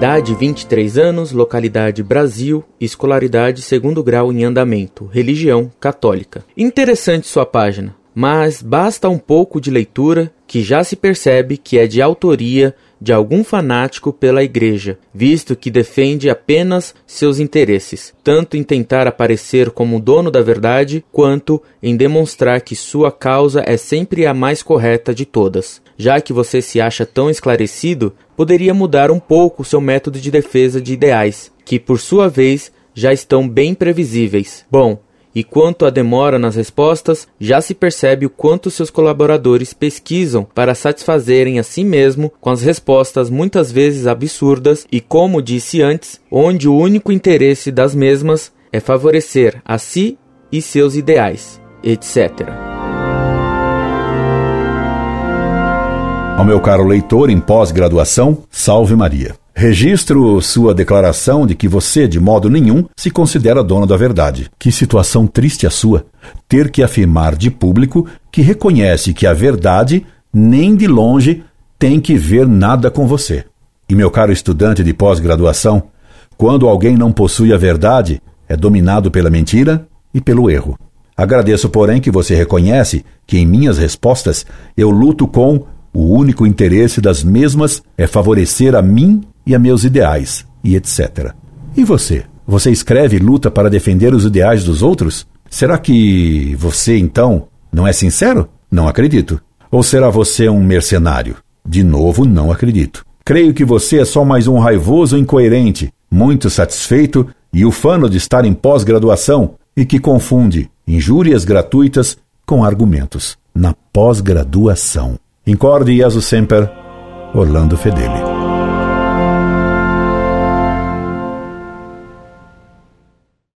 Idade 23 anos, localidade Brasil, escolaridade 2º grau em andamento, religião católica. Interessante sua página, mas basta um pouco de leitura que já se percebe que é de autoria de algum fanático pela igreja, visto que defende apenas seus interesses, tanto em tentar aparecer como dono da verdade, quanto em demonstrar que sua causa é sempre a mais correta de todas. Já que você se acha tão esclarecido, poderia mudar um pouco seu método de defesa de ideais, que por sua vez já estão bem previsíveis. Bom, e quanto à demora nas respostas, já se percebe o quanto seus colaboradores pesquisam para satisfazerem a si mesmo com as respostas muitas vezes absurdas e, como disse antes, onde o único interesse das mesmas é favorecer a si e seus ideais, etc. Ao meu caro leitor em pós-graduação, salve Maria. Registro sua declaração de que você, de modo nenhum, se considera dono da verdade. Que situação triste a sua, ter que afirmar de público que reconhece que a verdade, nem de longe, tem que ver nada com você. E meu caro estudante de pós-graduação, quando alguém não possui a verdade, é dominado pela mentira e pelo erro. Agradeço, porém, que você reconhece que em minhas respostas eu luto com o único interesse das mesmas é favorecer a mim e a meus ideais, e etc. E você? Você escreve e luta para defender os ideais dos outros? Será que você, então, não é sincero? Não acredito. Ou será você um mercenário? De novo, não acredito. Creio que você é só mais um raivoso incoerente, muito satisfeito e ufano de estar em pós-graduação e que confunde injúrias gratuitas com argumentos. Na pós-graduação. Incorde Jesus Semper, Orlando Fedeli.